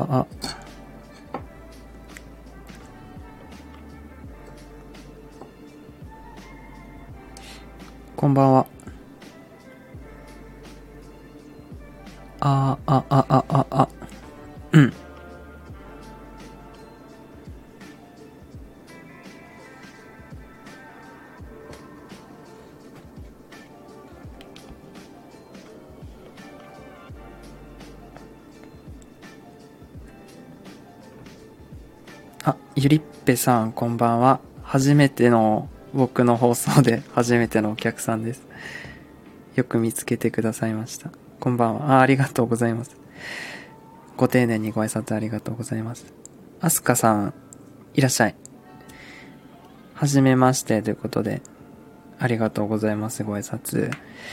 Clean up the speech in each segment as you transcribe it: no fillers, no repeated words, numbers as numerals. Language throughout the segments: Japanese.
こんばんは。うん。ゆりっぺさん、こんばんは。初めての僕の放送で初めてのお客さんです。よく見つけてくださいました。こんばんは。ありがとうございます。ご丁寧にご挨拶ありがとうございます。あすかさん、いらっしゃい。はじめましてということで、ありがとうございます。ご挨拶。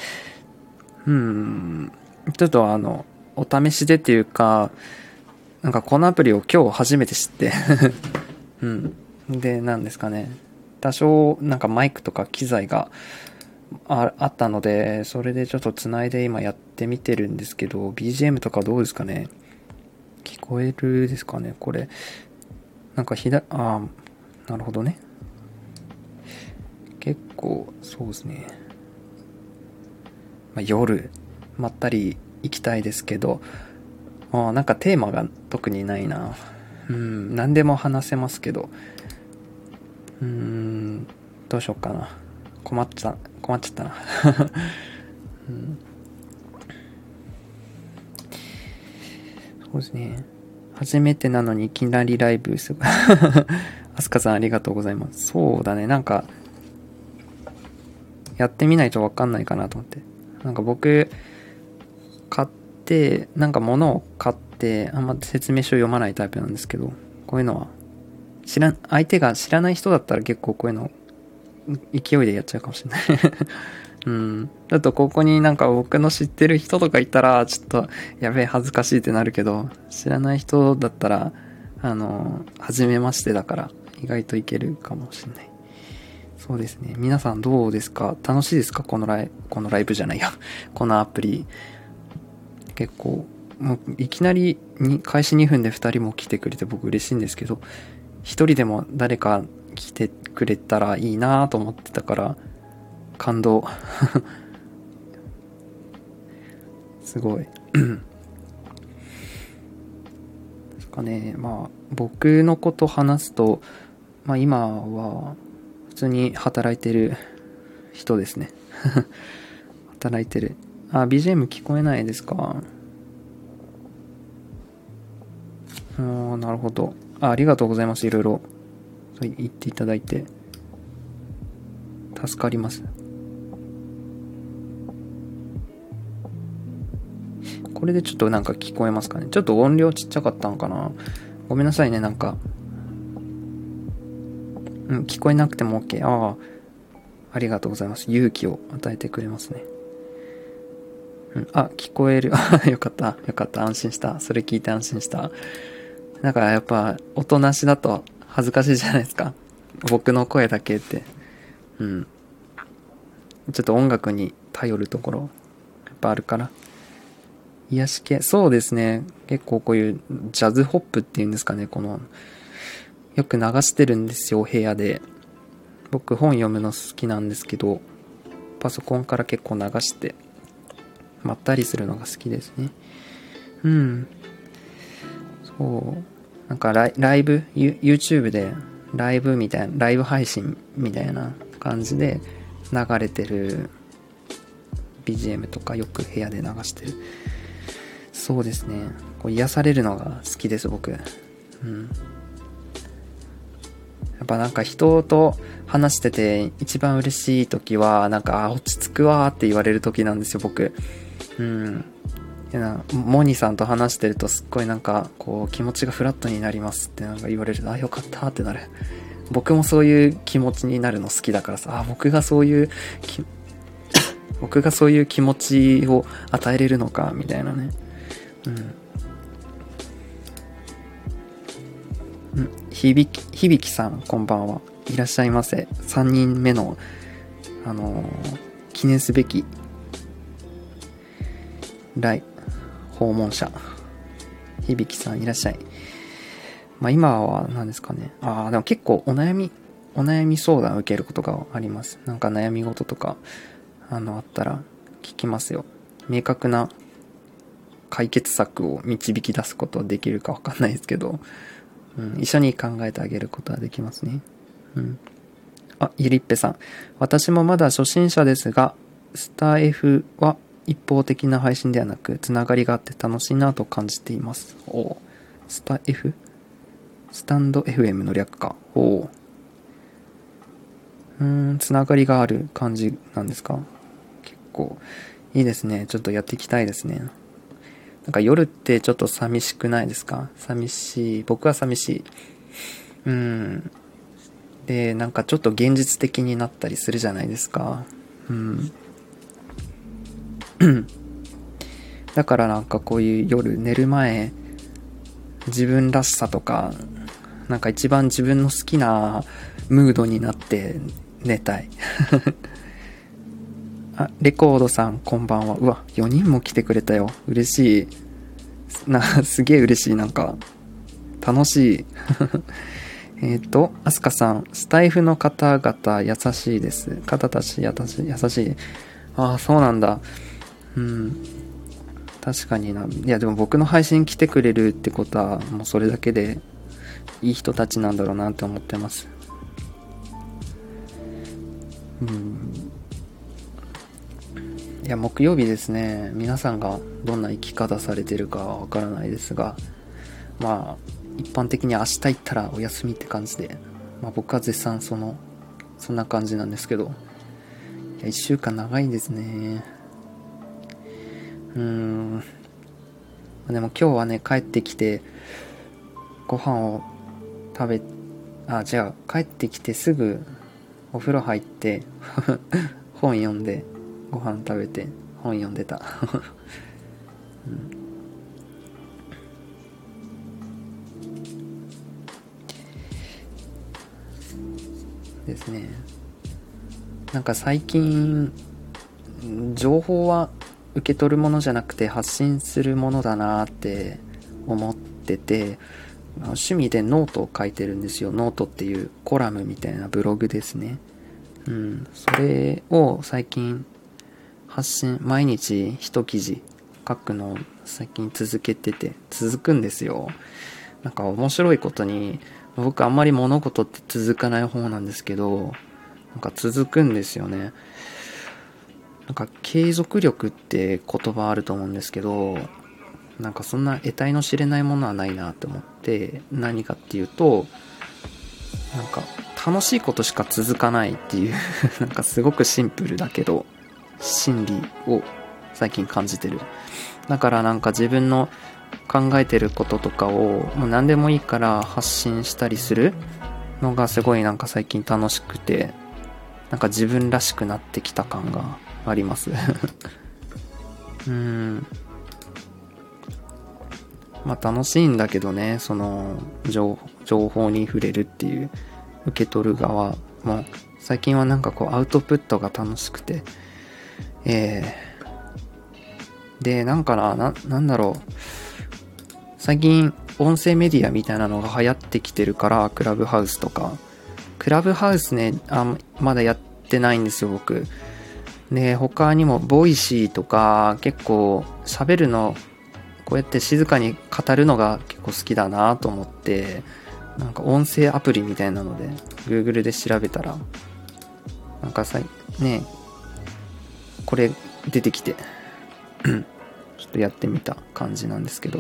ちょっとお試しでっていうか、なんかこのアプリを今日初めて知ってで、なんですかね。多少なんかマイクとか機材があったので、それでちょっと繋いで今やってみてるんですけど、BGM とかどうですかね。聞こえるですかね、これ。なんかなるほどね。結構、そうですね。夜、まったり行きたいですけど、なんかテーマが特にないな。何でも話せますけど、どうしようかな。困っちゃったな。そうですね。初めてなのにいきなりライブする。アスカさんありがとうございます。そうだね、なんか、やってみないとわかんないかなと思って。なんか僕、なんか物を買って、あんま説明書読まないタイプなんですけど、こういうのは、相手が知らない人だったら結構こういうの、勢いでやっちゃうかもしれない。だとここになんか僕の知ってる人とかいたら、ちょっと、やべえ恥ずかしいってなるけど、知らない人だったら、初めましてだから、意外といけるかもしれない。そうですね。皆さんどうですか？楽しいですか？このライブじゃないや。このアプリ。結構、もういきなり開始2分で2人も来てくれて僕嬉しいんですけど、一人でも誰か来てくれたらいいなと思ってたから、感動。すごい。ですかね。僕のこと話すと、今は、普通に働いてる人ですね。働いてる。BGM 聞こえないですか？なるほど。ありがとうございます。いろいろ言っていただいて。助かります。これでちょっとなんか聞こえますかね。ちょっと音量ちっちゃかったのかな。ごめんなさいね、なんか。聞こえなくても OK。ありがとうございます。勇気を与えてくれますね。聞こえる。よかった。よかった。安心した。それ聞いて安心した。だからやっぱ、音なしだと恥ずかしいじゃないですか。僕の声だけって。ちょっと音楽に頼るところ、やっぱあるから。癒し系。そうですね。結構こういうジャズホップっていうんですかね。よく流してるんですよ、部屋で。僕本読むの好きなんですけど、パソコンから結構流して、まったりするのが好きですね。そう。なんかライブ、YouTube でライブ配信みたいな感じで流れてる BGM とかよく部屋で流してる。そうですね。癒されるのが好きです、僕。やっぱなんか人と話してて一番嬉しい時は、なんか落ち着くわーって言われる時なんですよ、僕。モニさんと話してるとすっごいなんか気持ちがフラットになりますってなんか言われると、よかったってなる。僕もそういう気持ちになるの好きだからさ、僕がそういう気持ちを与えれるのかみたいなね。響さんこんばんは。いらっしゃいませ。3人目の記念すべき訪問者。 響さんいらっしゃい。まあ今は何ですかね。でも結構お悩み相談を受けることがあります。なんか悩み事とか、あったら聞きますよ。明確な解決策を導き出すことはできるかわかんないですけど、一緒に考えてあげることはできますね。ゆりっぺさん。私もまだ初心者ですが、スタ F は一方的な配信ではなく、つながりがあって楽しいなと感じています。スタ F？ スタンド FM の略か。つながりがある感じなんですか？結構いいですね。ちょっとやっていきたいですね。なんか夜ってちょっと寂しくないですか？寂しい。僕は寂しい。で、なんかちょっと現実的になったりするじゃないですか。だからなんかこういう夜寝る前、自分らしさとか、なんか一番自分の好きなムードになって寝たい。レコードさんこんばんは。うわ、4人も来てくれたよ。嬉しい。すげえ嬉しい。なんか、楽しい。アスカさん、スタイフの方々優しいです。方たち優しい。そうなんだ。確かにな。いや、でも僕の配信来てくれるってことは、もうそれだけでいい人たちなんだろうなって思ってます。いや、木曜日ですね。皆さんがどんな生き方されてるかはわからないですが、まあ、一般的に明日行ったらお休みって感じで、僕は絶賛そんな感じなんですけど、いや、1週間長いですね。でも今日はね、帰ってきて、ご飯を帰ってきてすぐお風呂入って、本読んで、ご飯食べて、本読んでた。ですね。なんか最近、情報は受け取るものじゃなくて発信するものだなって思ってて、趣味でノートを書いてるんですよ。ノートっていうコラムみたいなブログですね。それを最近毎日一記事書くのを最近続くんですよ。なんか面白いことに、僕あんまり物事って続かない方なんですけど、なんか続くんですよね。なんか継続力って言葉あると思うんですけど、なんかそんな得体の知れないものはないなって思って、何かっていうと、なんか楽しいことしか続かないっていうなんかすごくシンプルだけど真理を最近感じてる。だからなんか自分の考えてることとかをもう何でもいいから発信したりするのがすごいなんか最近楽しくて、なんか自分らしくなってきた感があります楽しいんだけどね、その情報に触れるっていう、受け取る側も最近はなんかこうアウトプットが楽しくて、でなんだろう、最近音声メディアみたいなのが流行ってきてるから、クラブハウスね、まだやってないんですよ僕。で他にもボイシーとか、結構喋るのこうやって静かに語るのが結構好きだなと思って、なんか音声アプリみたいなので Google で調べたらなんかこれ出てきてちょっとやってみた感じなんですけど、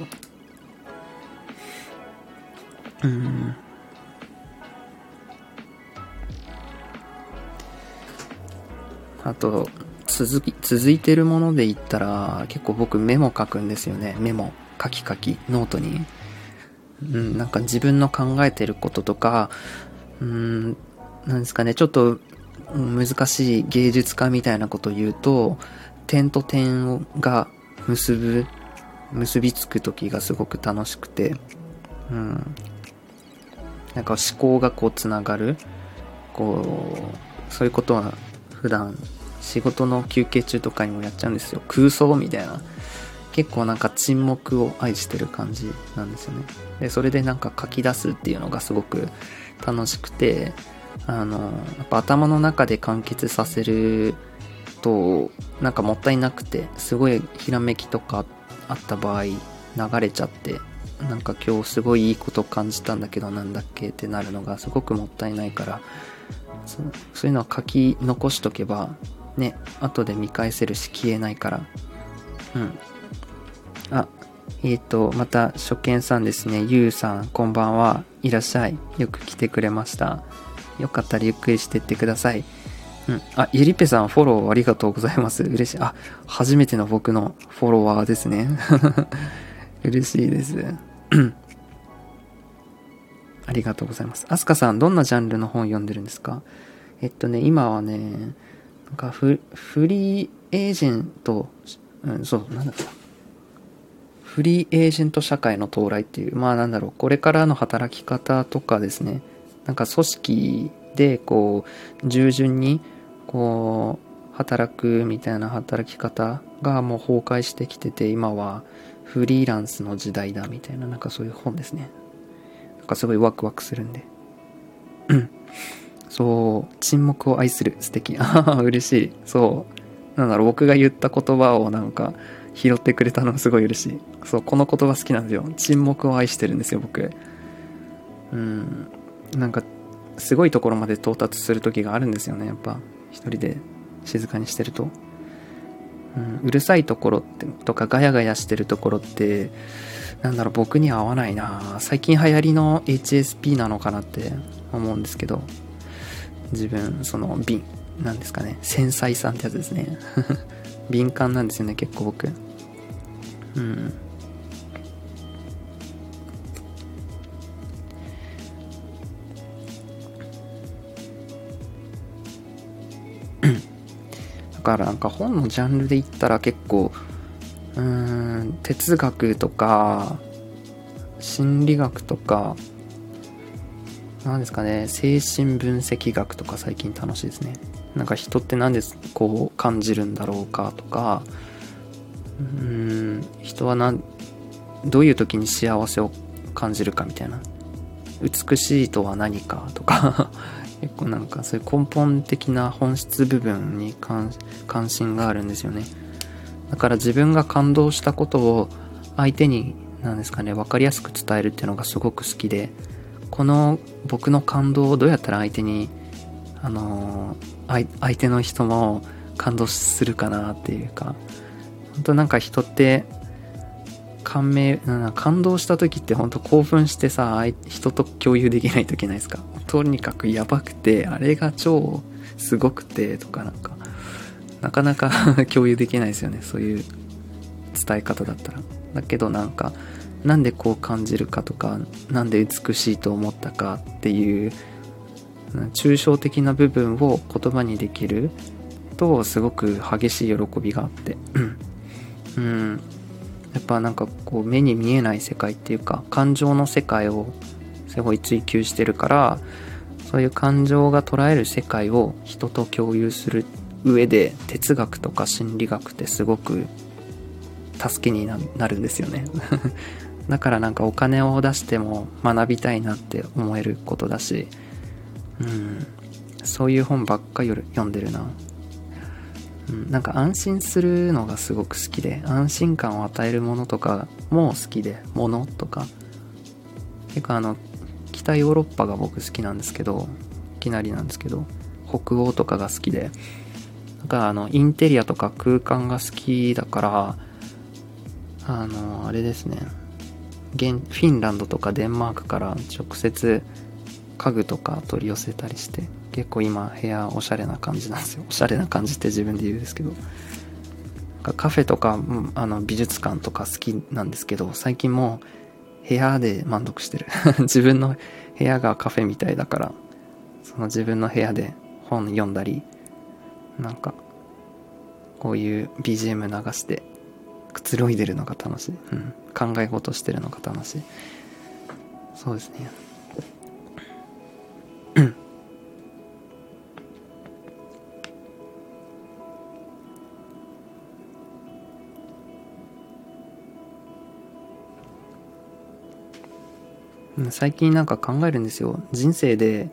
あと続いてるもので言ったら、結構僕メモ書くんですよね。メモ書きノートに、なんか自分の考えてることとか、なんですかね、ちょっと難しい芸術家みたいなことを言うと、点と点が結びつく時がすごく楽しくて、なんか思考がこうつながる、そういうことは普段仕事の休憩中とかにもやっちゃうんですよ。空想みたいな結構なんか沈黙を愛してる感じなんですよね。で、それでなんか書き出すっていうのがすごく楽しくて、やっぱ頭の中で完結させると、なんかもったいなくて、すごいひらめきとかあった場合、流れちゃって、なんか今日すごいいいこと感じたんだけどなんだっけってなるのがすごくもったいないから、そういうのは書き残しとけば、ね、後で見返せるし消えないから。うん。あ、また初見さんですね。ゆうさん、こんばんは。いらっしゃい。よく来てくれました。よかったらゆっくりしてってください。うん。あ、ゆりぺさん、フォローありがとうございます。嬉しい。あ、初めての僕のフォロワーですね。嬉しいです。ありがとうございます。あすかさん、どんなジャンルの本読んでるんですか？今はね、なんかフリーエージェント、そう、なんだろう。フリーエージェント社会の到来っていう、まあなんだろう、これからの働き方とかですね、なんか組織でこう、従順にこう、働くみたいな働き方がもう崩壊してきてて、今はフリーランスの時代だみたいな、なんかそういう本ですね。なんかすごいワクワクするんで。うん。そう、沈黙を愛する。素敵。ああ、嬉しい。そう。なんだろう、僕が言った言葉をなんか拾ってくれたのがすごい嬉しい。そう、この言葉好きなんですよ。沈黙を愛してるんですよ、僕。うん。なんか、すごいところまで到達する時があるんですよね、やっぱ。一人で静かにしてると。うん、うるさいところってとかガヤガヤしてるところってなんだろう僕には合わないな。最近流行りの HSP なのかなって思うんですけど、自分そのなんですかね、繊細さんってやつですね。敏感なんですよね結構僕。うん。だからなんか本のジャンルで言ったら結構哲学とか心理学とかなんですかね、精神分析学とか最近楽しいですね。なんか人ってなんでこう感じるんだろうかとか、人はどういう時に幸せを感じるかみたいな、美しいとは何かとか結構なんかそういう根本的な本質部分に関心があるんですよね。だから自分が感動したことを相手になんですかね、分かりやすく伝えるっていうのがすごく好きで、この僕の感動をどうやったら相手に相手の人も感動するかなっていうか、本当なんか人って感動した時って本当興奮してさ、人と共有できないといけないですか。とにかくやばくて、あれが超すごくてとかなかなか共有できないですよね。そういう伝え方だったら。だけどなんでこう感じるかとか、なんで美しいと思ったかっていう抽象的な部分を言葉にできるとすごく激しい喜びがあってうん、やっぱなんかこう目に見えない世界っていうか感情の世界をすごい追求してるから、そういう感情が捉える世界を人と共有する上で哲学とか心理学ってすごく助けになるんですよね。だからなんかお金を出しても学びたいなって思えることだし、そういう本ばっかり読んでるな。なんか安心するのがすごく好きで、安心感を与えるものとかも好きで、物とか結構北ヨーロッパが僕好きなんですけど、いきなりなんですけど、北欧とかが好きで、なんかインテリアとか空間が好きだから、あれですね、フィンランドとかデンマークから直接家具とか取り寄せたりして、結構今部屋おしゃれな感じなんですよ。おしゃれな感じって自分で言うんですけど、カフェとか、美術館とか好きなんですけど、最近もう部屋で満足してる。自分の部屋がカフェみたいだから、その自分の部屋で本読んだり、なんかこういう BGM 流してくつろいでるのが楽しい。考え事してるのが楽しい。そうですね。 最近なんか考えるんですよ。人生で、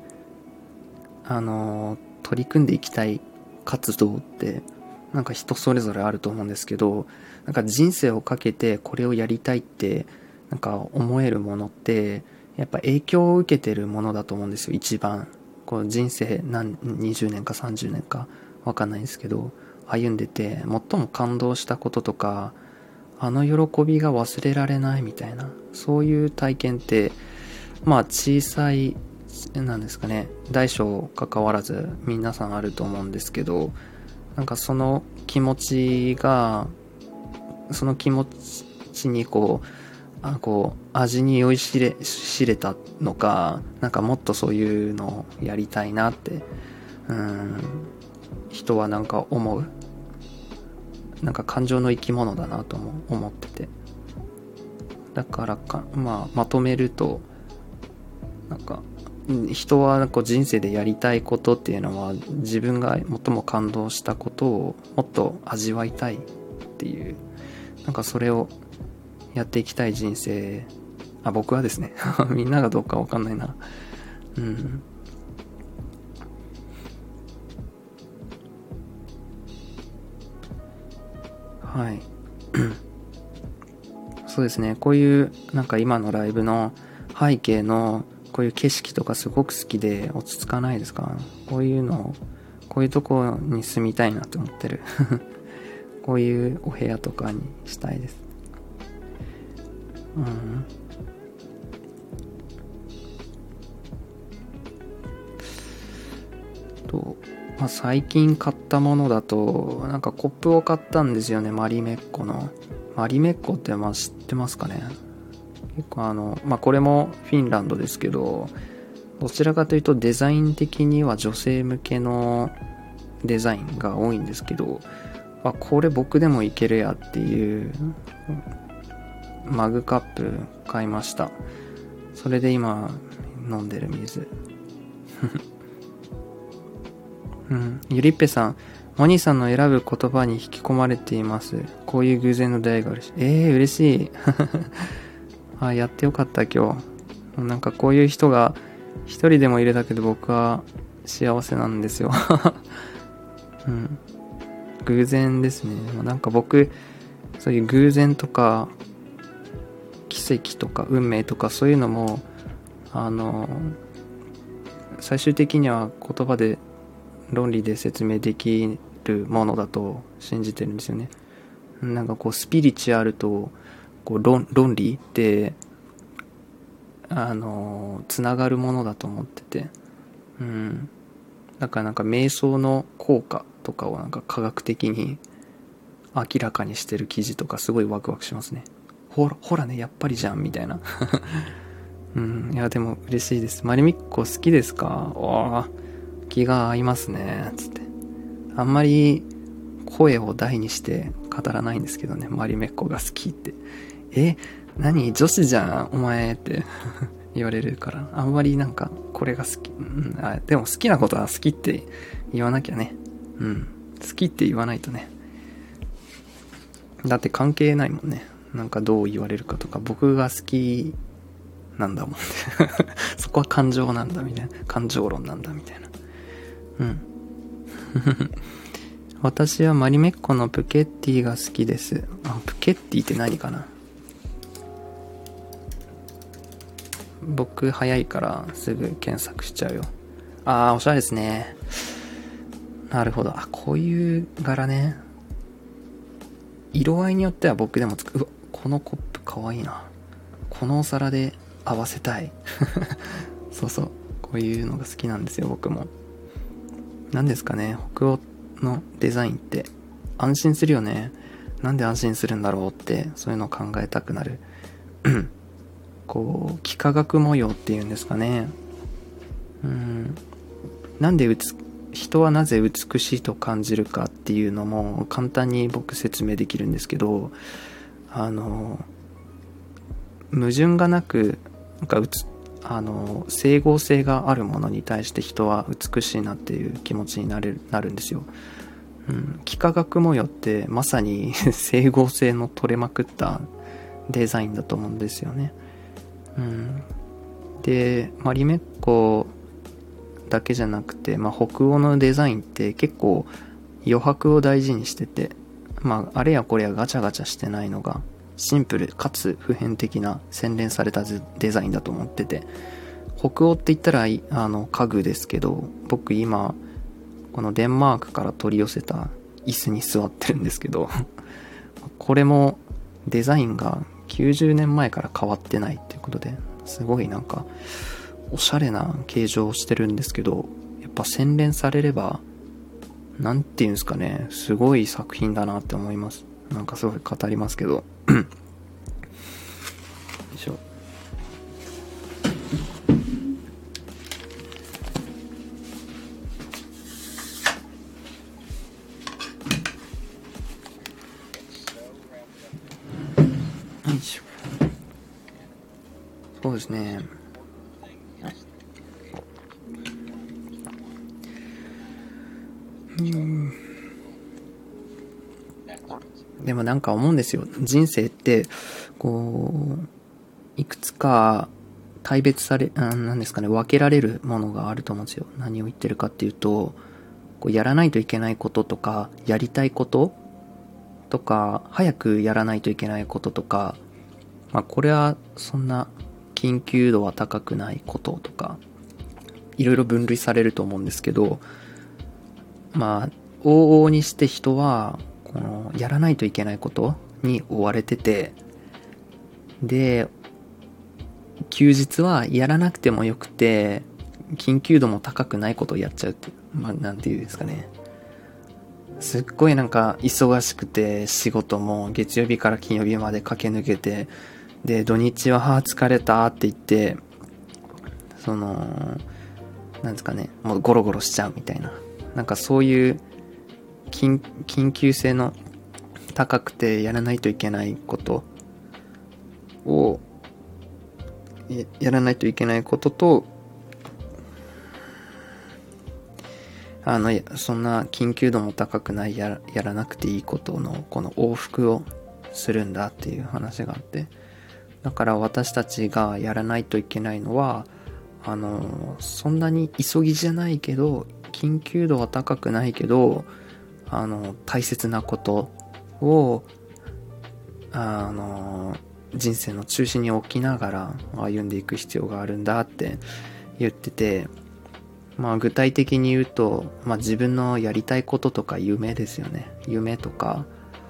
取り組んでいきたい活動って、なんか人それぞれあると思うんですけど、なんか人生をかけてこれをやりたいって、なんか思えるものって、やっぱ影響を受けてるものだと思うんですよ、一番。こう人生20年か30年かわかんないんですけど、歩んでて、最も感動したこととか、あの喜びが忘れられないみたいな、そういう体験って、まあ小さい、なんですかね、大小関わらず皆さんあると思うんですけど、なんかその気持ちが、その気持ちにこう味に酔いしれたのか、なんかもっとそういうのをやりたいなって、人はなんか思う。なんか感情の生き物だなとも思ってて。だからまとめると、なんか、人はこう人生でやりたいことっていうのは、自分が最も感動したことをもっと味わいたいっていう、なんかそれをやっていきたい人生、僕はですねみんながどうかわかんないな。はいそうですね、こういうなんか今のライブの背景のこういう景色とかすごく好きで、落ち着かないですか？こういうの、こういうとこに住みたいなって思ってるこういうお部屋とかにしたいです。最近買ったものだと、なんかコップを買ったんですよね、マリメッコの。マリメッコって知ってますかね？結構これもフィンランドですけど、どちらかというとデザイン的には女性向けのデザインが多いんですけど、これ僕でもいけるやっていうマグカップ買いました。それで今飲んでる水ゆりっぺさん、モニーさんの選ぶ言葉に引き込まれています。こういう偶然の出会いがあるし。嬉しいやってよかった今日。なんかこういう人が一人でもいるだけで僕は幸せなんですよ偶然ですね。なんか僕、そういう偶然とか奇跡とか運命とかそういうのも最終的には言葉で論理で説明できるものだと信じてるんですよね。なんかこうスピリチュアルとこう論理ってつながるものだと思ってて、だからなんか瞑想の効果とかをなんか科学的に明らかにしてる記事とかすごいワクワクしますね。ほらね、やっぱりじゃんみたいないやでも嬉しいです。マリミッコ好きですか？気が合いますねつって。あんまり声を大にして語らないんですけどね、マリメッコが好きって。何女子じゃんお前って言われるから、あんまりなんかこれが好き、でも好きなことは好きって言わなきゃね。好きって言わないとね。だって関係ないもんね。なんかどう言われるかとか、僕が好きなんだもんそこは感情なんだみたいな、感情論なんだみたいな。私はマリメッコのプケッティが好きです。プケッティって何かな？僕早いからすぐ検索しちゃうよ。おしゃれですね。なるほど。こういう柄ね。色合いによっては僕でもこのコップかわいいな。このお皿で合わせたいそうそう、こういうのが好きなんですよ僕も。何ですかね、北欧のデザインって安心するよね。なんで安心するんだろうって、そういうのを考えたくなるこう幾何学模様っていうんですかね。なんで人はなぜ美しいと感じるかっていうのも簡単に僕説明できるんですけど、矛盾がなく、なんか整合性があるものに対して人は美しいなっていう気持ちになるんですよ。幾何学模様ってまさに整合性の取れまくったデザインだと思うんですよね。 で、リメッコだけじゃなくて、北欧のデザインって結構余白を大事にしてて、あれやこれやガチャガチャしてないのがシンプルかつ普遍的な洗練されたデザインだと思ってて、北欧って言ったら家具ですけど、僕今このデンマークから取り寄せた椅子に座ってるんですけどこれもデザインが90年前から変わってないっていうことで、すごいなんかおしゃれな形状をしてるんですけど、やっぱ洗練されればなんていうんですかね、すごい作品だなって思います。なんかすごい語りますけどよいしょ。よいしょ。そうですね、でもなんか思うんですよ。人生ってこういくつか大別され、なんですかね、分けられるものがあると思うんですよ。何を言ってるかっていうと、こうやらないといけないこととか、やりたいこととか、早くやらないといけないこととか、これはそんな緊急度は高くないこととか、いろいろ分類されると思うんですけど、往々にして人は、このやらないといけないことに追われてて、で、休日はやらなくてもよくて、緊急度も高くないことをやっちゃうって、なんていうんですかね。すっごいなんか忙しくて、仕事も月曜日から金曜日まで駆け抜けて、で、土日は疲れたって言って、なんですかね、もうゴロゴロしちゃうみたいな。なんかそういう緊急性の高くてやらないといけないことを、やらないといけないことと、そんな緊急度も高くないやらなくていいことのこの往復をするんだっていう話があって、だから私たちがやらないといけないのは、そんなに急ぎじゃないけど、緊急度は高くないけど、大切なことを、人生の中心に置きながら歩んでいく必要があるんだって言ってて、具体的に言うと、自分のやりたいこととか夢ですよね。夢とか、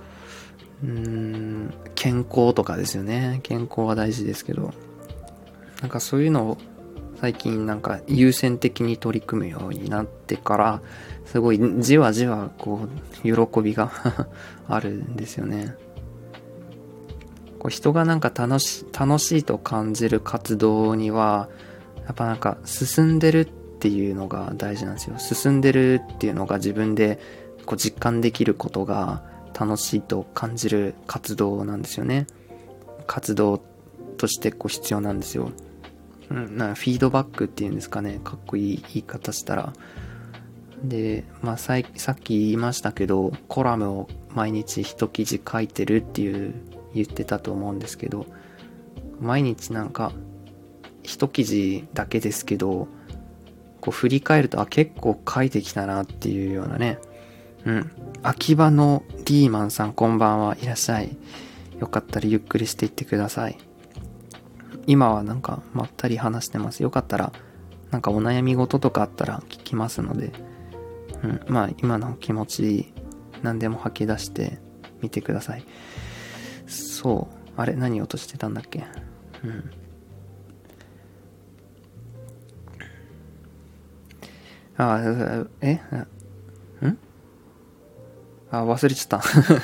健康とかですよね。健康は大事ですけど、なんかそういうのを最近なんか優先的に取り組むようになってから、すごいじわじわこう喜びがあるんですよね。こう人がなんか楽しいと感じる活動には、やっぱなんか進んでるっていうのが大事なんですよ。進んでるっていうのが自分でこう実感できることが楽しいと感じる活動なんですよね。活動としてこう必要なんですよ。なんかフィードバックっていうんですかね。かっこいい言い方したら。で、さっき言いましたけど、コラムを毎日一記事書いてるって言ってたと思うんですけど、毎日なんか一記事だけですけど、こう振り返ると、結構書いてきたなっていうようなね。秋葉のリーマンさん、こんばんは。いらっしゃい。よかったらゆっくりしていってください。今はなんかまったり話してます。よかったらなんかお悩み事とかあったら聞きますので、今の気持ち何でも吐き出してみてください。そう、あれ何言おうとしてたんだっけ。忘れちゃった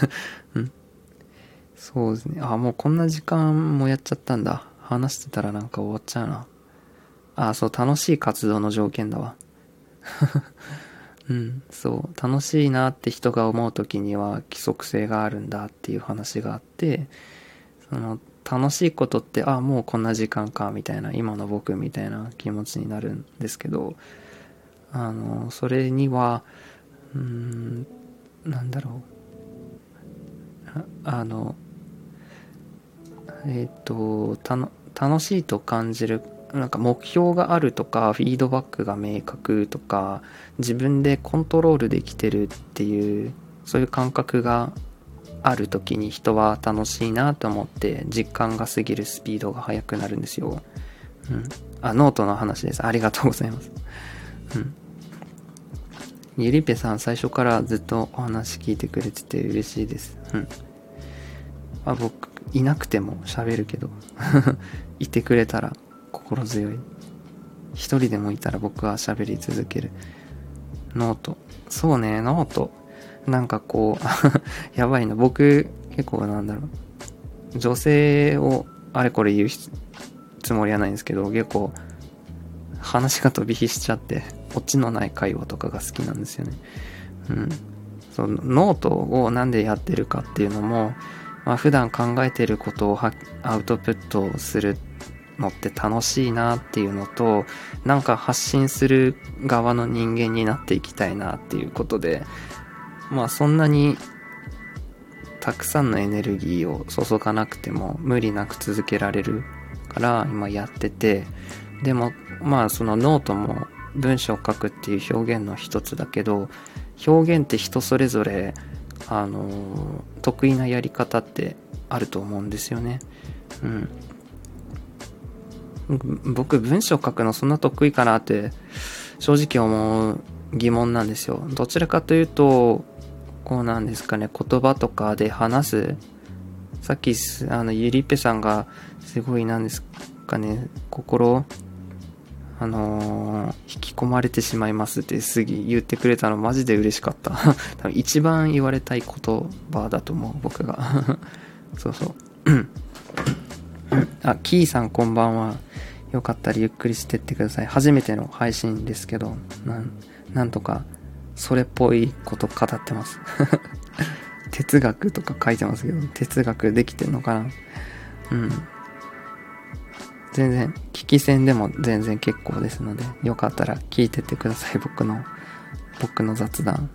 そうですね。もうこんな時間もやっちゃったんだ。話してたらなんか終わっちゃうな。そう、楽しい活動の条件だわ。そう、楽しいなって人が思う時には規則性があるんだっていう話があって、楽しいことって、もうこんな時間かみたいな、今の僕みたいな気持ちになるんですけど、それには、なんだろう、楽しいと感じる、 なんか目標があるとか、フィードバックが明確とか、自分でコントロールできてるっていう、そういう感覚がある時に人は楽しいなと思って実感が過ぎるスピードが速くなるんですよ。ノートの話です。ありがとうございます。ゆりぺさん最初からずっとお話聞いてくれてて嬉しいです。僕いなくても喋るけどいてくれたら心強い。一人でもいたら僕は喋り続ける。ノート、そうね、ノートなんかこうやばいな、僕結構なんだろう、女性をあれこれ言うつもりはないんですけど、結構話が飛び火しちゃってオチのない会話とかが好きなんですよね。そのノートをなんでやってるかっていうのも、普段考えてることをアウトプットするのって楽しいなっていうのと、なんか発信する側の人間になっていきたいなっていうことで、そんなにたくさんのエネルギーを注がなくても無理なく続けられるから今やってて、でもそのノートも文章を書くっていう表現の一つだけど、表現って人それぞれ得意なやり方ってあると思うんですよね。僕文章書くのそんな得意かなって正直思う疑問なんですよ。どちらかというとこうなんですかね、言葉とかで話す、さっきゆりっぺさんがすごいなんですかね、心引き込まれてしまいますって言ってくれたのマジで嬉しかった多分一番言われたい言葉だと思う、僕がそうキーさんこんばんは。よかったらゆっくりしてってください。初めての配信ですけど、なんとかそれっぽいこと語ってます哲学とか書いてますけど、哲学できてんのかな。全然聞き戦でも全然結構ですので、よかったら聞いてってください。僕の雑談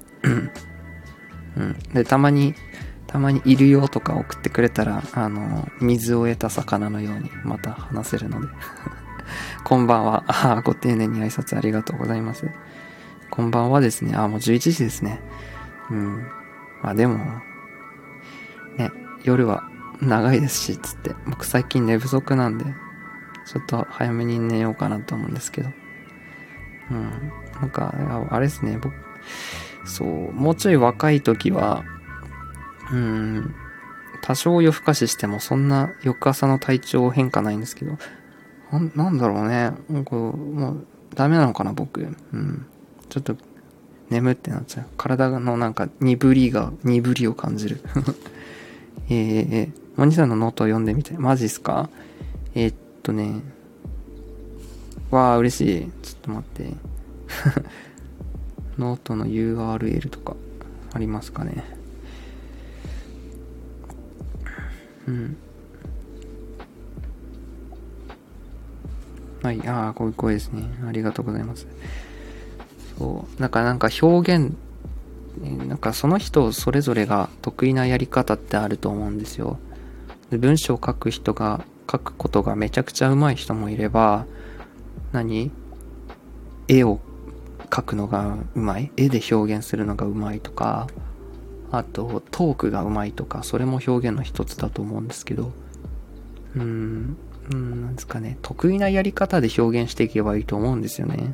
で、たまにいるよとか送ってくれたら水を得た魚のようにまた話せるのでこんばんは。ご丁寧に挨拶ありがとうございます。こんばんはですね。もう11時ですね。でもね、夜は長いですしつって、僕最近寝不足なんでちょっと早めに寝ようかなと思うんですけど、なんかあれですね、僕もうちょい若い時は多少夜更かししてもそんな翌朝の体調変化ないんですけど、なんだろうね、もうダメなのかな僕。ちょっと眠ってなっちゃう。体のなんか鈍りを感じるモニさんのノートを読んでみて。マジっすか？わー嬉しい。ちょっと待ってノートの URL とかありますかね。はい、こういう声ですね。ありがとうございます。なんか表現、なんかその人それぞれが得意なやり方ってあると思うんですよ。で、文章を書く人が書くことがめちゃくちゃ上手い人もいれば、絵を描くのが上手い、絵で表現するのが上手いとか、あとトークが上手いとか、それも表現の一つだと思うんですけど、なんですかね、得意なやり方で表現していけばいいと思うんですよね。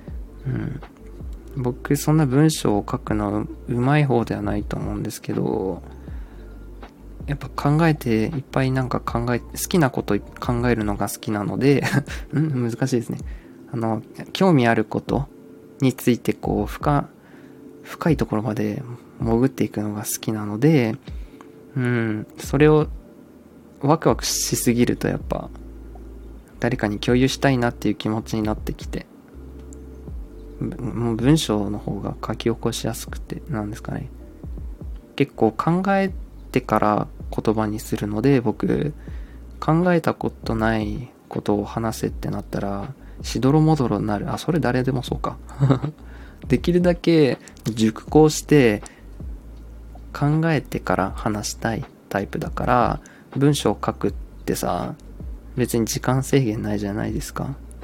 僕そんな文章を書くの上手い方ではないと思うんですけど、やっぱ考えていっぱい好きなこと考えるのが好きなので難しいですね。興味あることについて深いところまで潜っていくのが好きなので、それをワクワクしすぎるとやっぱ誰かに共有したいなっていう気持ちになってきて、もう文章の方が書き起こしやすくて、なんですかね、結構考えてから言葉にするので、僕考えたことないことを話せってなったらしどろもどろになる。それ誰でもそうかできるだけ熟考して考えてから話したいタイプだから、文章を書くってさ別に時間制限ないじゃないですか。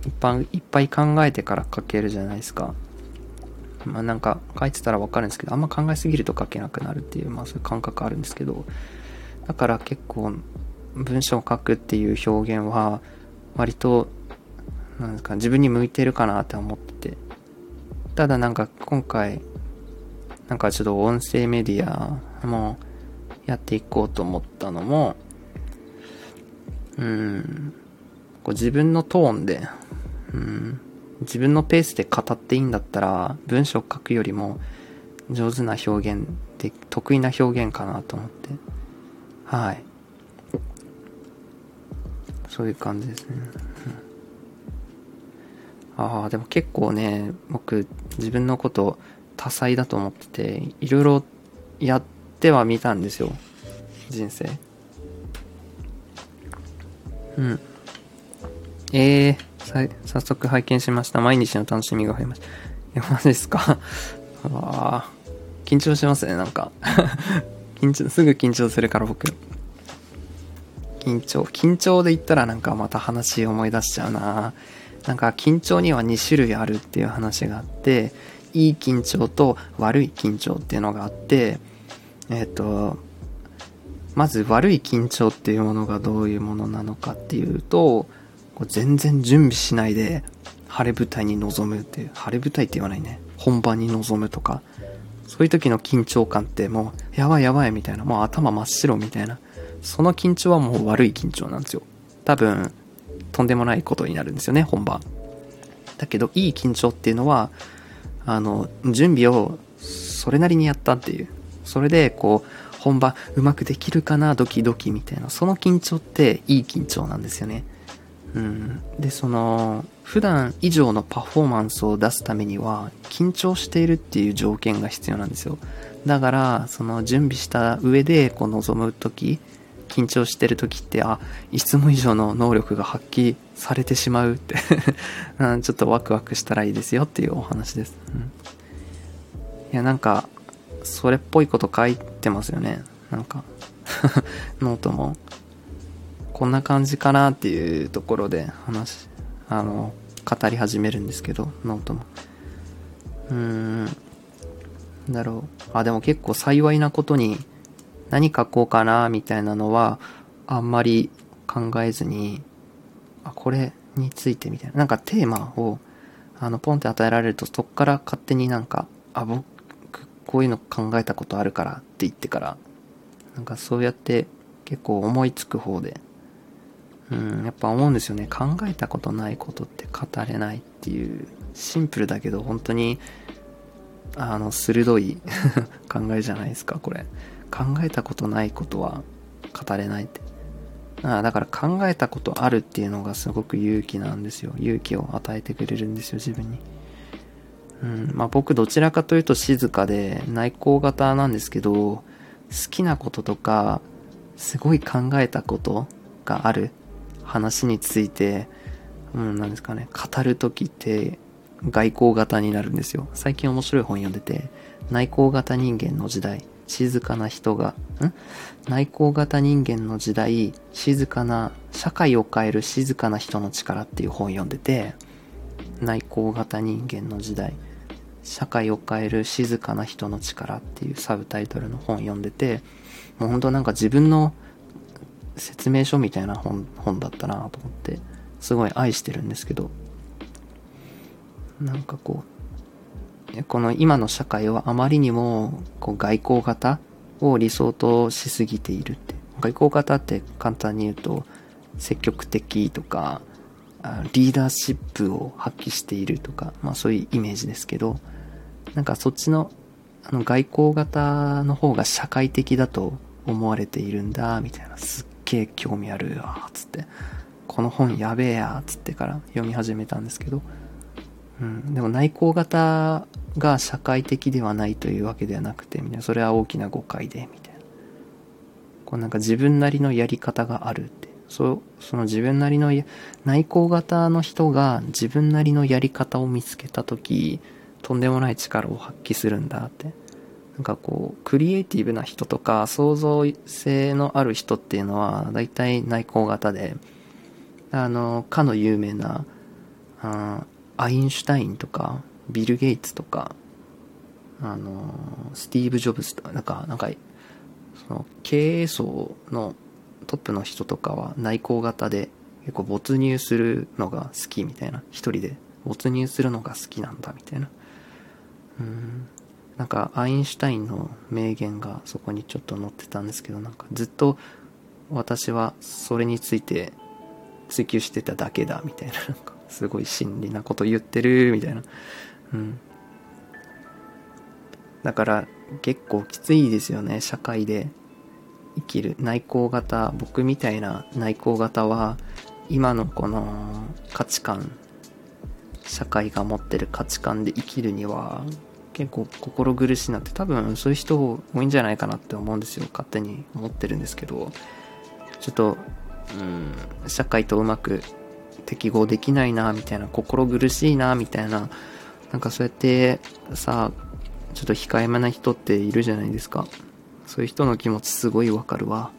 いっぱい考えてから書けるじゃないですか。まあなんか書いてたらわかるんですけど、あんま考えすぎると書けなくなるっていう、まあそういう感覚あるんですけど、だから結構文章を書くっていう表現は割となんですか、自分に向いてるかなって思ってて、ただなんか今回なんかちょっと音声メディアもやっていこうと思ったのも、こう自分のトーンで、自分のペースで語っていいんだったら文章を書くよりも上手な表現で得意な表現かなと思って、はい、そういう感じですね。でも結構ね、僕自分のこと多彩だと思ってて、いろいろやってはみたんですよ、人生。早速拝見しました。毎日の楽しみが増えました。いや、マジですか。緊張しますね、なんか。すぐ緊張するから僕。緊張で言ったらなんかまた話思い出しちゃうな。なんか緊張には2種類あるっていう話があって、いい緊張と悪い緊張っていうのがあって、まず悪い緊張っていうものがどういうものなのかっていうと、こう全然準備しないで晴れ舞台に臨むっていう、晴れ舞台って言わないね、本番に臨むとか、そういう時の緊張感ってもうやばいやばいみたいな、もう頭真っ白みたいな、その緊張はもう悪い緊張なんですよ。多分とんでもないことになるんですよね、本番。だけどいい緊張っていうのは準備をそれなりにやったっていう、それでこう本番うまくできるかな、ドキドキみたいな、その緊張っていい緊張なんですよね。でその普段以上のパフォーマンスを出すためには緊張しているっていう条件が必要なんですよ。だからその準備した上でこう臨む時、緊張してる時って、いつも以上の能力が発揮されてしまうってちょっとワクワクしたらいいですよっていうお話です。いや、なんかそれっぽいこと書いてますよね、なんかノートもこんな感じかなっていうところで語り始めるんですけど、ノートもだろう。でも結構幸いなことに何書こうかなみたいなのはあんまり考えずに、これについてみたいな、なんかテーマをポンって与えられると、そっから勝手になんか僕こういうの考えたことあるからって言ってから、なんかそうやって結構思いつく方で、やっぱ思うんですよね。考えたことないことって語れないっていう、シンプルだけど本当に鋭い考えじゃないですか、これ。考えたことないことは語れないって。だから考えたことあるっていうのがすごく勇気なんですよ。勇気を与えてくれるんですよ、自分に。僕どちらかというと静かで内向型なんですけど、好きなこととかすごい考えたことがある話について、なんですかね、語るときって外向型になるんですよ。最近面白い本読んでて、内向型人間の時代、静かな人が内向型人間の時代、静かな社会を変える静かな人の力っていう本読んでて、内向型人間の時代、社会を変える静かな人の力っていうサブタイトルの本読んでて、もう本当なんか自分の説明書みたいな本だったなと思って、すごい愛してるんですけど、なんかこの今の社会はあまりにも外交型を理想としすぎているって。外交型って簡単に言うと積極的とかリーダーシップを発揮しているとか、そういうイメージですけど、なんかそっちの外交型の方が社会的だと思われているんだみたいな、すっげえ興味あるわつって、この本やべえやつってから読み始めたんですけど、でも内向型が社会的ではないというわけではなくて、みたいな、それは大きな誤解でみたいな、なんか自分なりのやり方があるって、その自分なりの内向型の人が自分なりのやり方を見つけたとき、とんでもない力を発揮するんだって。なんかクリエイティブな人とか創造性のある人っていうのは大体内向型で、かの有名なアインシュタインとかビル・ゲイツとかスティーブ・ジョブズとかなんかその経営層のトップの人とかは内向型で結構没入するのが好きみたいな、一人で没入するのが好きなんだみたいな、なんかアインシュタインの名言がそこにちょっと載ってたんですけど、なんかずっと私はそれについて追求してただけだみたいな、なんかすごい真理なこと言ってるみたいな、だから結構きついですよね、社会で生きる内向型。僕みたいな内向型は今のこの価値観、社会が持ってる価値観で生きるには結構心苦しいなって、多分そういう人多いんじゃないかなって思うんですよ、勝手に思ってるんですけど、ちょっと社会とうまく適合できないなみたいな、心苦しいなみたいな、なんかそうやってさ、ちょっと控えめな人っているじゃないですか。そういう人の気持ちすごいわかるわ。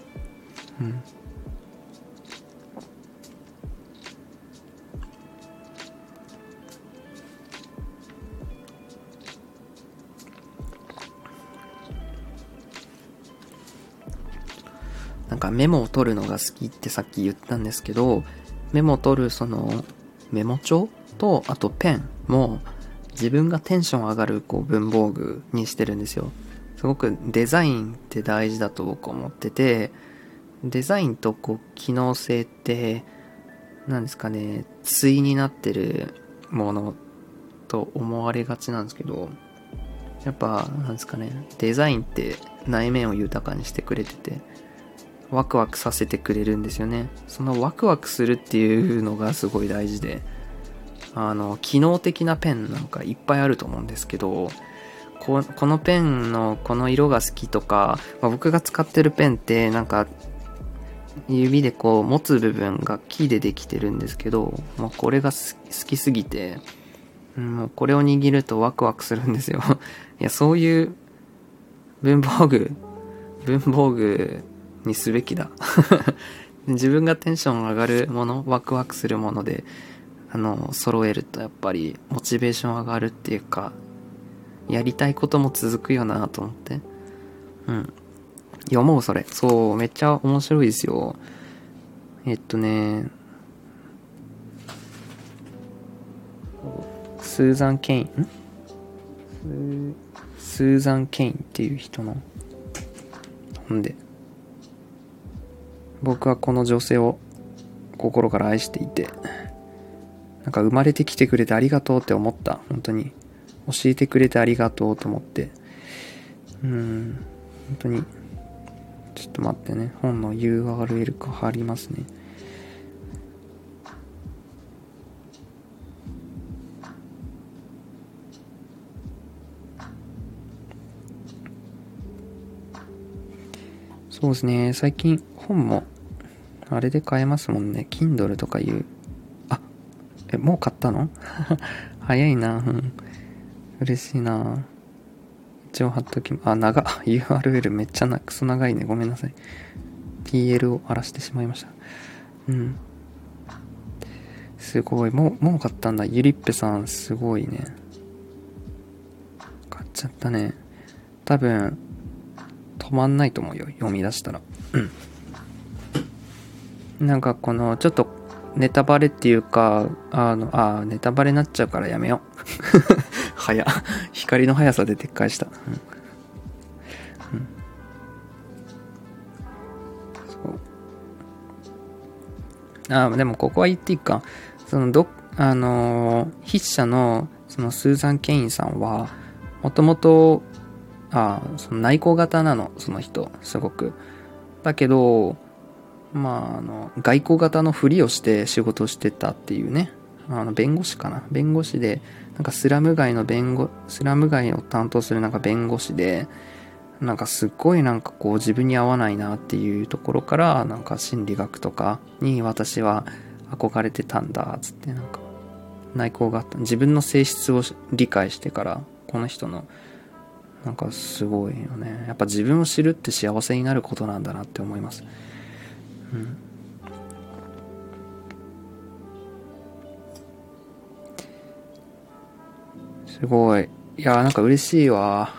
なんかメモを取るのが好きってさっき言ったんですけど、メモを取るそのメモ帳とあとペンも自分がテンション上がるこう文房具にしてるんですよ。すごくデザインって大事だと僕思ってて、デザインとこう機能性ってなんですかね、対になってるものと思われがちなんですけど、やっぱなんですかね、デザインって内面を豊かにしてくれててワクワクさせてくれるんですよね。そのワクワクするっていうのがすごい大事で、機能的なペンなんかいっぱいあると思うんですけど、このペンのこの色が好きとか、僕が使ってるペンってなんか指でこう持つ部分が木でできてるんですけど、もうこれが好きすぎて、もうこれを握るとワクワクするんですよ。いや、そういう文房具にすべきだ。自分がテンション上がるもの、ワクワクするもので揃えるとやっぱりモチベーション上がるっていうか、やりたいことも続くよなと思って。読もうそれ。そう、めっちゃ面白いですよ。スーザン・ケインスーザン・ケインっていう人の本で、僕はこの女性を心から愛していて、なんか生まれてきてくれてありがとうって思った。本当に教えてくれてありがとうと思って、本当に。ちょっと待ってね、本の URL か貼りますね。そうですね、最近本もあれで買えますもんね。Kindle とかいう。もう買ったの？早いな。嬉しいな。一応貼っときURL めっちゃクソ長いね。ごめんなさい。TL を荒らしてしまいました。すごい。もう買ったんだ。ゆりっぺさん、すごいね。買っちゃったね。多分、止まんないと思うよ。読み出したら。なんかこの、ちょっと、ネタバレっていうか、ネタバレになっちゃうからやめよう。早。光の速さで撤回した。でもここは言っていいか。筆者のそのスーザン・ケインさんはもともとその内向型なの、その人すごく。だけど外向型のふりをして仕事をしてたっていうね。弁護士かな、弁護士で、なんかスラム街を担当するなんか弁護士で、なんかすっごいなんかこう自分に合わないなっていうところから、なんか心理学とかに私は憧れてたんだつって、なんか内向型、自分の性質を理解してから、この人のなんかすごいよね。やっぱ自分を知るって幸せになることなんだなって思います。 すごい。いや、なんか嬉しいわ。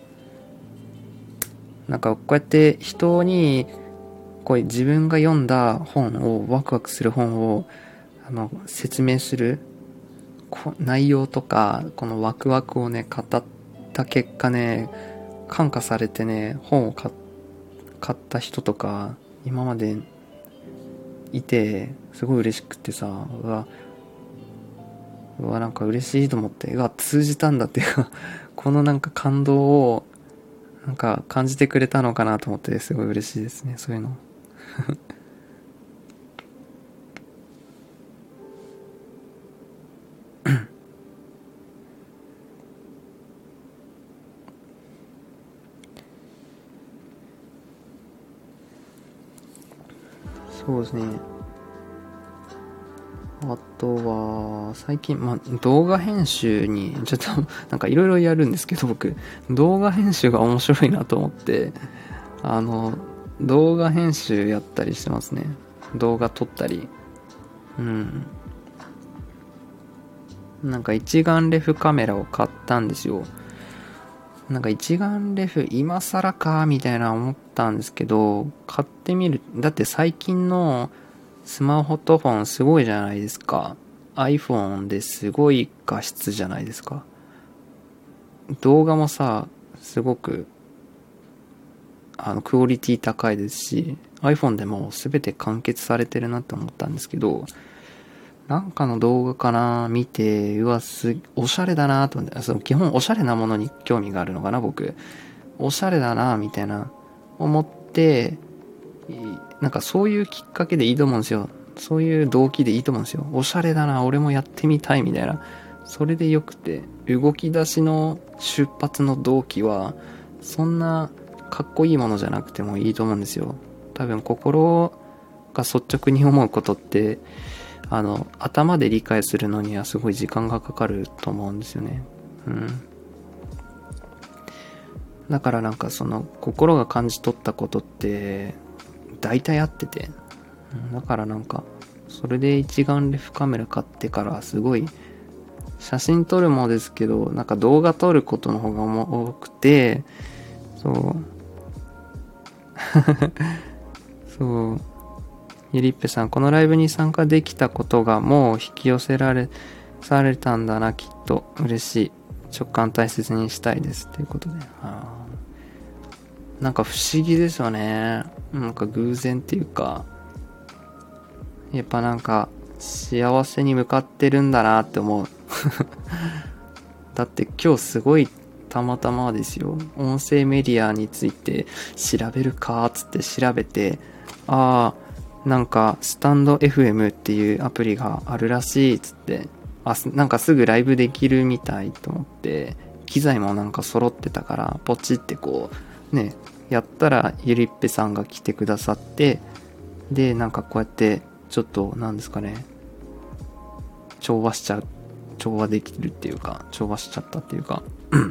なんかこうやって人に、こう自分が読んだ本を、ワクワクする本を、説明する内容とか、このワクワクをね、語った結果ね、感化されてね、本を買った人とか、今までいて、すごい嬉しくてさ、なんか嬉しいと思って、通じたんだっていうか、このなんか感動を、なんか感じてくれたのかなと思って、すごい嬉しいですね、そういうの。そうですね。あとは、最近、動画編集に、ちょっと、なんかいろいろやるんですけど、僕、動画編集が面白いなと思って、あの、動画編集やったりしてますね。動画撮ったり。うん。なんか一眼レフカメラを買ったんですよ。なんか一眼レフ今更かみたいな思ったんですけど、買ってみる。だって最近のスマホとフォンすごいじゃないですか。iPhone ですごい画質じゃないですか。動画もさ、すごく、クオリティ高いですし、iPhone でも全て完結されてるなって思ったんですけど、なんかの動画かな見て、おしゃれだなと思って、基本おしゃれなものに興味があるのかな、僕。おしゃれだなみたいな、思って、なんかそういうきっかけでいいと思うんですよ。そういう動機でいいと思うんですよ。おしゃれだな、俺もやってみたいみたいな。それでよくて、動き出しの出発の動機は、そんなかっこいいものじゃなくてもいいと思うんですよ。多分心が率直に思うことって、頭で理解するのにはすごい時間がかかると思うんですよね。うん。だからなんかその心が感じ取ったことって大体合ってて、だからなんかそれで一眼レフカメラ買ってからすごい写真撮るもですけど、なんか動画撮ることの方が多くて、そうそうゆりっぺさん、このライブに参加できたことがもう引き寄せされたんだな、きっと嬉しい。直感大切にしたいですということで、なんか不思議ですよね。なんか偶然っていうか、やっぱなんか幸せに向かってるんだなって思う。だって今日すごいたまたまですよ。音声メディアについて調べるかっつって調べて、なんかスタンド FM っていうアプリがあるらしいっつって、なんかすぐライブできるみたいと思って、機材もなんか揃ってたから、ポチってこう、ね、やったらゆりっぺさんが来てくださって、で、なんかこうやって、ちょっと、なんですかね、調和できるっていうか、調和しちゃったっていうか、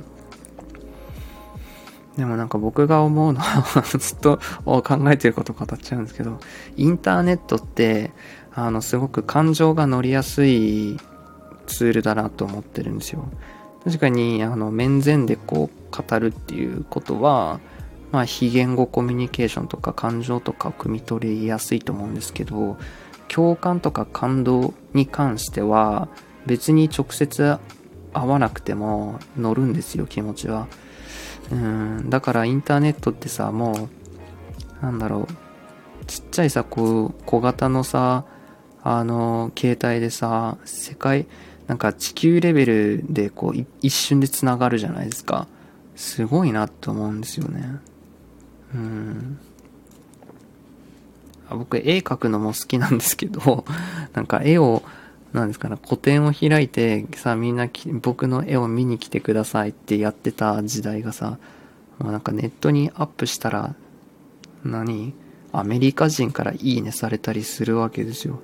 でもなんか僕が思うのはずっと考えてること語っちゃうんですけど、インターネットって、すごく感情が乗りやすいツールだなと思ってるんですよ。確かに、面前でこう、語るっていうことは、非言語コミュニケーションとか感情とかを汲み取りやすいと思うんですけど、共感とか感動に関しては、別に直接会わなくても乗るんですよ、気持ちは。だからインターネットってさ、もう、なんだろう、ちっちゃいさ、こう、小型のさ、携帯でさ、なんか地球レベルでこう、一瞬で繋がるじゃないですか。すごいなって思うんですよね。僕、絵描くのも好きなんですけど、なんか絵を、なんですかね、個展を開いて、さ、みんな僕の絵を見に来てくださいってやってた時代がさ、なんかネットにアップしたら、アメリカ人からいいねされたりするわけですよ。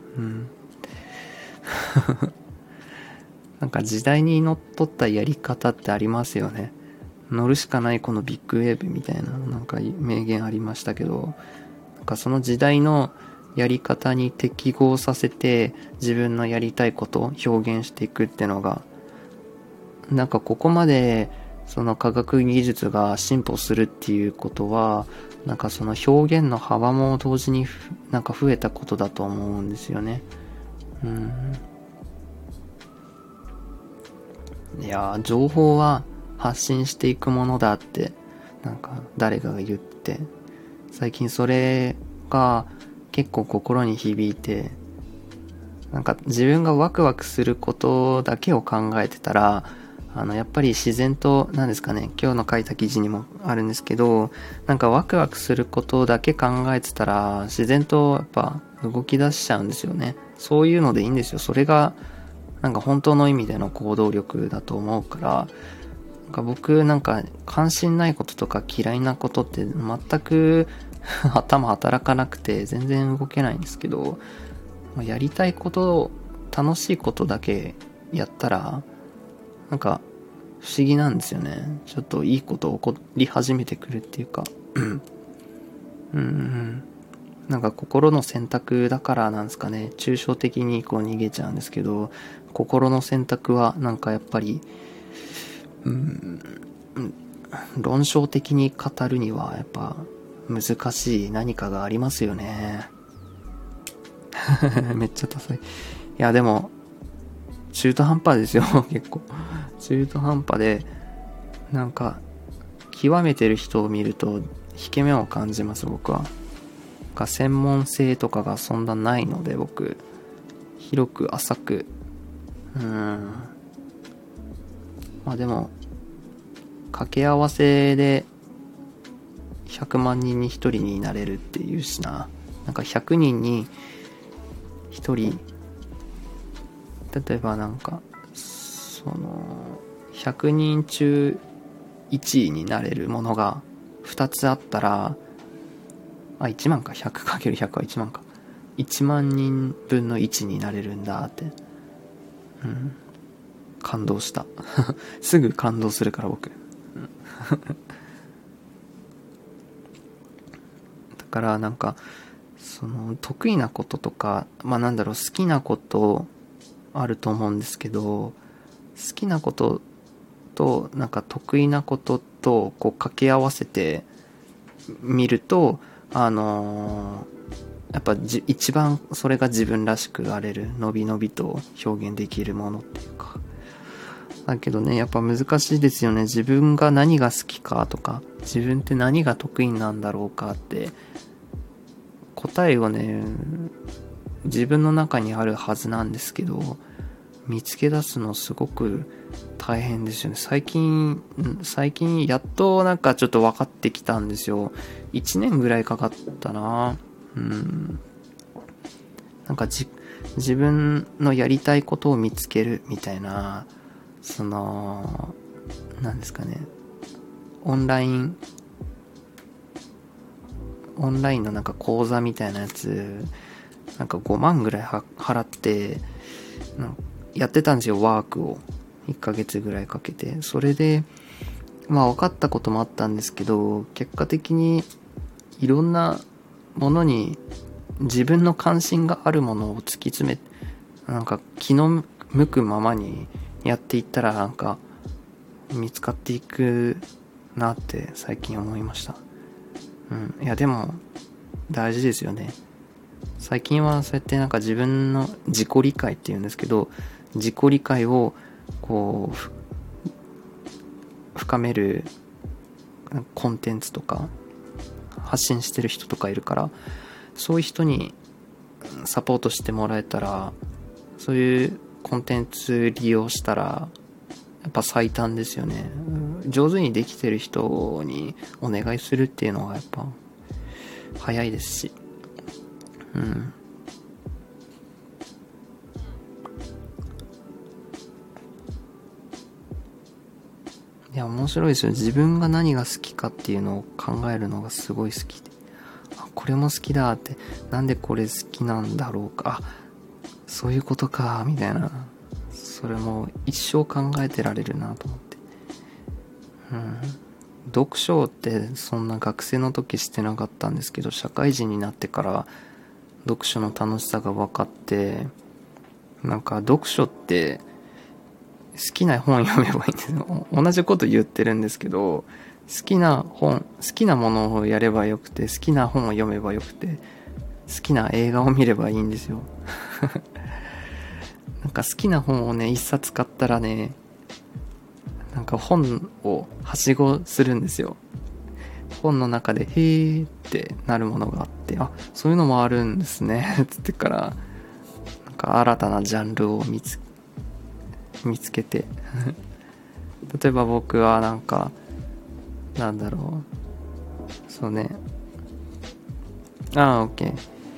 なんか時代にのっとったやり方ってありますよね。乗るしかないこのビッグウェーブみたいな、なんか名言ありましたけど、なんかその時代のやり方に適合させて自分のやりたいことを表現していくってのがなんかここまでその科学技術が進歩するっていうことは、なんかその表現の幅も同時になんか増えたことだと思うんですよね。いやー、情報は発信していくものだってなんか誰かが言って、最近それが結構心に響いて、なんか自分がワクワクすることだけを考えてたら、やっぱり自然と、なんですかね、今日の書いた記事にもあるんですけど、なんかワクワクすることだけ考えてたら、自然とやっぱ動き出しちゃうんですよね。そういうのでいいんですよ。それが、なんか本当の意味での行動力だと思うから、なんか僕なんか関心ないこととか嫌いなことって全く頭働かなくて全然動けないんですけど、やりたいこと、楽しいことだけやったら、なんか不思議なんですよね。ちょっといいこと起こり始めてくるっていうかなんか心の選択だからなんですかね、抽象的にこう逃げちゃうんですけど、心の選択はなんかやっぱり論証的に語るにはやっぱ難しい何かがありますよね。めっちゃ多彩。いやでも中途半端ですよ。結構中途半端で、なんか極めてる人を見ると引け目を感じます。僕は専門性とかがそんなないので、僕広く浅く、まあでも掛け合わせで100万人に1人になれるっていうしな。なんか100人に1人、例えばなんかその100人中1位になれるものが2つあったら、1万か、100×100 は1万か、1万人分の1になれるんだって、感動したすぐ感動するから僕だからなんかその得意なこととか、なんだろう、好きなことあると思うんですけど、好きなこととなんか得意なこととこう掛け合わせてみると、やっぱ一番それが自分らしくあれる、のびのびと表現できるものっていうか。だけどね、やっぱ難しいですよね。自分が何が好きかとか、自分って何が得意なんだろうかって答えをね、自分の中にあるはずなんですけど、見つけ出すのすごく大変ですよね。最近やっとなんかちょっと分かってきたんですよ。1年ぐらいかかったな。なんか自分のやりたいことを見つけるみたいな、そのなんですかね、オンラインのなんか講座みたいなやつ、なんか5万ぐらい払ってやってたんですよ、ワークを1ヶ月ぐらいかけて。それで分かったこともあったんですけど、結果的にいろんなものに自分の関心があるものを突き詰め、なんか気の向くままにやっていったら、なんか見つかっていくなって最近思いました。いやでも大事ですよね。最近はそうやってなんか自分の自己理解っていうんですけど、自己理解をこう深めるコンテンツとか発信してる人とかいるから、そういう人にサポートしてもらえたら、そういうコンテンツ利用したらやっぱ最短ですよね。上手にできてる人にお願いするっていうのはやっぱ早いですし、いや面白いですよ。自分が何が好きかっていうのを考えるのがすごい好きで、これも好きだって、なんでこれ好きなんだろうか、そういうことかみたいな、それも一生考えてられるなと思って。読書ってそんな学生の時してなかったんですけど、社会人になってから読書の楽しさが分かって、なんか読書ってきな本読めばいいんですよ。同じこと言ってるんですけど、好きなものをやればよくて、好きな本を読めばよくて、好きな映画を見ればいいんですよ。なんか好きな本をね、一冊買ったらね、なんか本をはしごするんですよ。本の中でへーってなるものがあって、あ、そういうのもあるんですねつってから、なんか新たなジャンルを見つけて例えば僕はなんか、なんだろう、そうね、OK。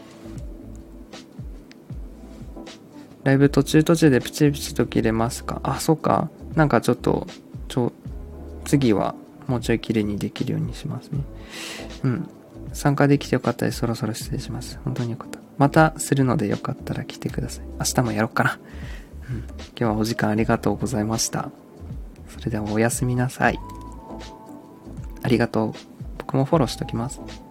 ライブ途中でプチプチと切れますか？あ、そうか。なんかちょっと次はもうちょい綺麗にできるようにしますね。うん。参加できてよかったです。そろそろ失礼します。本当によかった。またするのでよかったら来てください。明日もやろうかな。うん。今日はお時間ありがとうございました。それではおやすみなさい。ありがとう。僕もフォローしときます。